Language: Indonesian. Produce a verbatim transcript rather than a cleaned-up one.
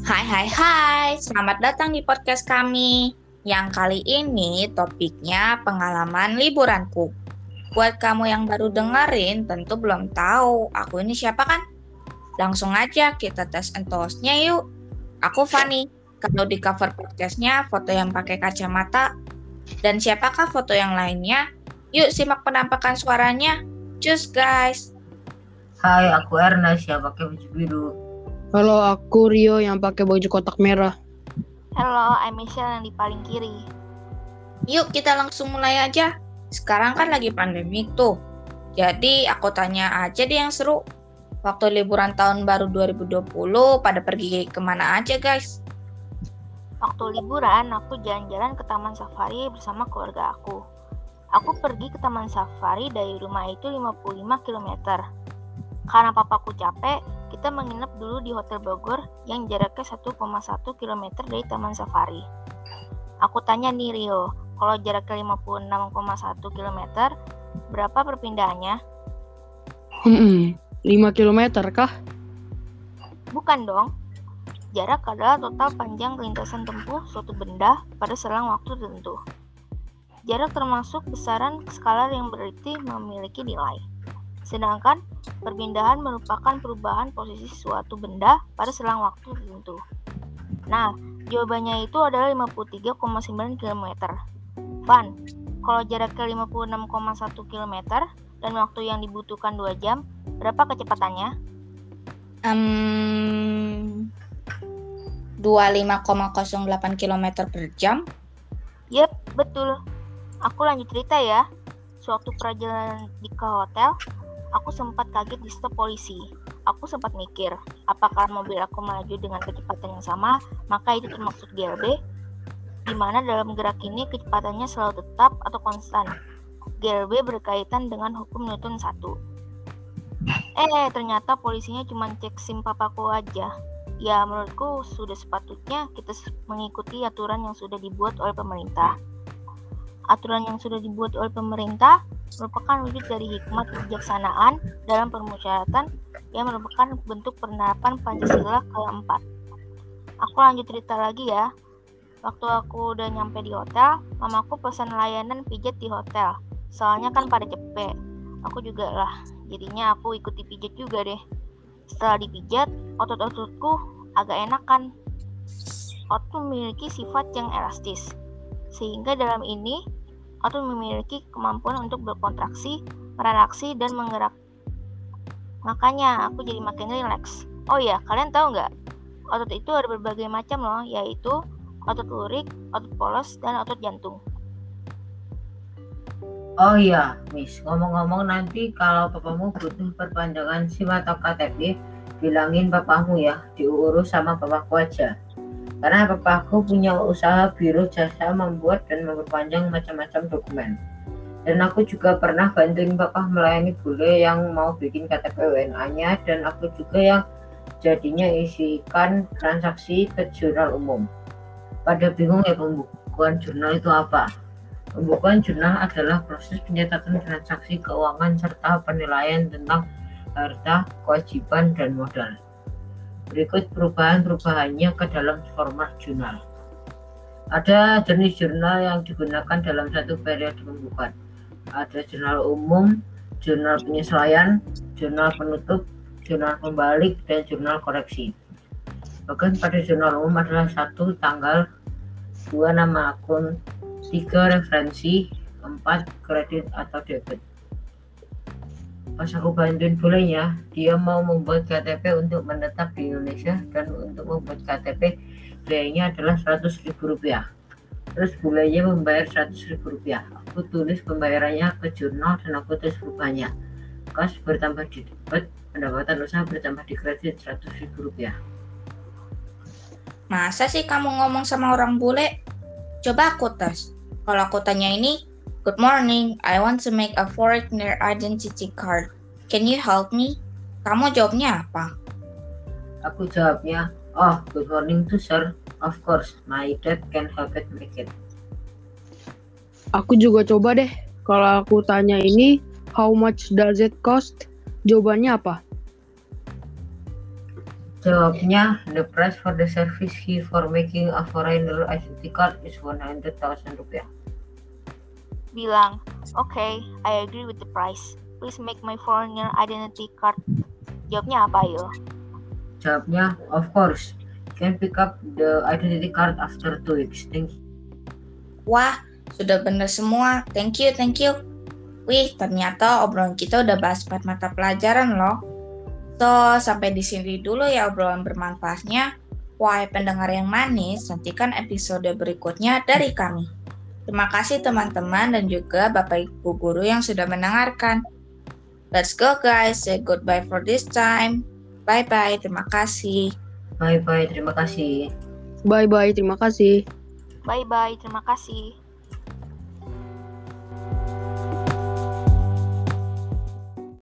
Hai hai hai, selamat datang di podcast kami. Yang kali ini topiknya pengalaman liburanku. Buat kamu yang baru dengerin, tentu belum tahu aku ini siapa kan? Langsung aja kita tes entosnya yuk. Aku Fani. Kalau di cover podcastnya foto yang pakai kacamata. Dan siapakah foto yang lainnya? Yuk simak penampakan suaranya. Cus guys. Hai, aku Ernest yang pakai baju biru. Halo, aku Rio yang pakai baju kotak merah. Halo, I'm Michelle yang di paling kiri. Yuk kita langsung mulai aja. Sekarang kan lagi pandemik tuh. Jadi aku tanya aja deh yang seru. Waktu liburan tahun baru dua ribu dua puluh pada pergi kemana aja guys? Waktu liburan, aku jalan-jalan ke Taman Safari bersama keluarga aku. Aku pergi ke Taman Safari dari rumah itu lima puluh lima kilometer. Karena papaku capek, kita menginap dulu di Hotel Bogor yang jaraknya satu koma satu kilometer dari Taman Safari. Aku tanya nih Rio, kalau jaraknya lima puluh enam koma satu kilometer, berapa perpindahannya? Hmm, lima kilometer kah? Bukan dong. Jarak adalah total panjang lintasan tempuh suatu benda pada selang waktu tertentu. Jarak termasuk besaran skalar yang berarti memiliki nilai. Sedangkan perpindahan merupakan perubahan posisi suatu benda pada selang waktu tertentu. Nah, jawabannya itu adalah lima puluh tiga koma sembilan kilometer. Van, kalau jaraknya lima puluh enam koma satu kilometer dan waktu yang dibutuhkan dua jam, berapa kecepatannya? Um, dua puluh lima koma nol delapan kilometer per jam. Yep, betul. Aku lanjut cerita ya. Suatu perjalanan di ke hotel, aku sempat kaget di stop polisi. Aku sempat mikir, apakah mobil aku melaju dengan kecepatan yang sama, maka itu termasuk G L B, di mana dalam gerak ini kecepatannya selalu tetap atau konstan. G L B berkaitan dengan hukum Newton satu. Eh, ternyata polisinya cuma cek SIM papaku aja. Ya, menurutku sudah sepatutnya kita mengikuti aturan yang sudah dibuat oleh pemerintah. Aturan yang sudah dibuat oleh pemerintah merupakan wujud dari hikmat kebijaksanaan dalam permusyawaratan yang merupakan bentuk penerapan Pancasila keempat. Aku lanjut cerita lagi ya. Waktu aku udah nyampe di hotel, mamaku pesan layanan pijat di hotel. Soalnya kan pada cepet. Aku juga lah, jadinya aku ikuti pijat juga deh. Setelah dipijat, otot-ototku agak enakan. Otot memiliki sifat yang elastis, sehingga dalam ini otot memiliki kemampuan untuk berkontraksi, mereaksi, dan menggerak. Makanya aku jadi makin rileks. Oh ya, kalian tahu nggak? Otot itu ada berbagai macam loh, yaitu otot lurik, otot polos, dan otot jantung. Oh iya, Miss, ngomong-ngomong nanti kalau papamu butuh perpanjangan SIM atau K T P, bilangin papamu ya, diurus sama papaku aja. Karena papaku punya usaha biro jasa membuat dan memperpanjang macam-macam dokumen. Dan aku juga pernah bantuin papa melayani bule yang mau bikin K T P W N A-nya, dan aku juga yang jadinya isikan transaksi ke jurnal umum. Pada bingung ya pembukuan jurnal itu apa? Pembukuan jurnal adalah proses pencatatan transaksi keuangan serta penilaian tentang harta, kewajiban, dan modal. Berikut perubahan-perubahannya ke dalam format jurnal. Ada jenis jurnal yang digunakan dalam satu periode pembukuan. Ada jurnal umum, jurnal penyesuaian, jurnal penutup, jurnal pembalik, dan jurnal koreksi. Bagian pada jurnal umum adalah satu tanggal, dua nama akun, tiga referensi, empat kredit atau debit. Pas aku bantuin bulenya, dia mau membuat K T P untuk menetap di Indonesia, dan untuk membuat K T P biayanya adalah seratus ribu rupiah. Terus bulenya membayar seratus ribu rupiah. Aku tulis pembayarannya ke jurnal dan aku tulis perubahannya. Kas bertambah di debit, pendapatan usaha bertambah di kredit seratus ribu rupiah. Masa sih kamu ngomong sama orang bule? Coba aku tes. Kalau aku tanya ini, good morning, I want to make a foreigner identity card. Can you help me? Kamu jawabnya apa? Aku jawabnya, oh, good morning to sir. Of course, my dad can help it make it. Aku juga coba deh. Kalau aku tanya ini, how much does it cost? Jawabannya apa? Jawabnya, the price for the service fee for making a foreigner identity card is one hundred thousand rupiah. Bilang, okay, I agree with the price. Please make my foreigner identity card. Jawabnya apa, Ayu? Jawabnya, of course. You can pick up the identity card after two weeks. Thank you. Wah, sudah benar semua. Thank you, thank you. Wih, ternyata obrolan kita udah bahas empat mata pelajaran loh. So, sampai di sini dulu ya obrolan bermanfaatnya. Wahai pendengar yang manis, nantikan episode berikutnya dari kami. Terima kasih teman-teman dan juga Bapak Ibu Guru yang sudah mendengarkan. Let's go guys, say goodbye for this time. Bye-bye, terima kasih. Bye-bye, terima kasih. Bye-bye, terima kasih. Bye-bye, terima kasih.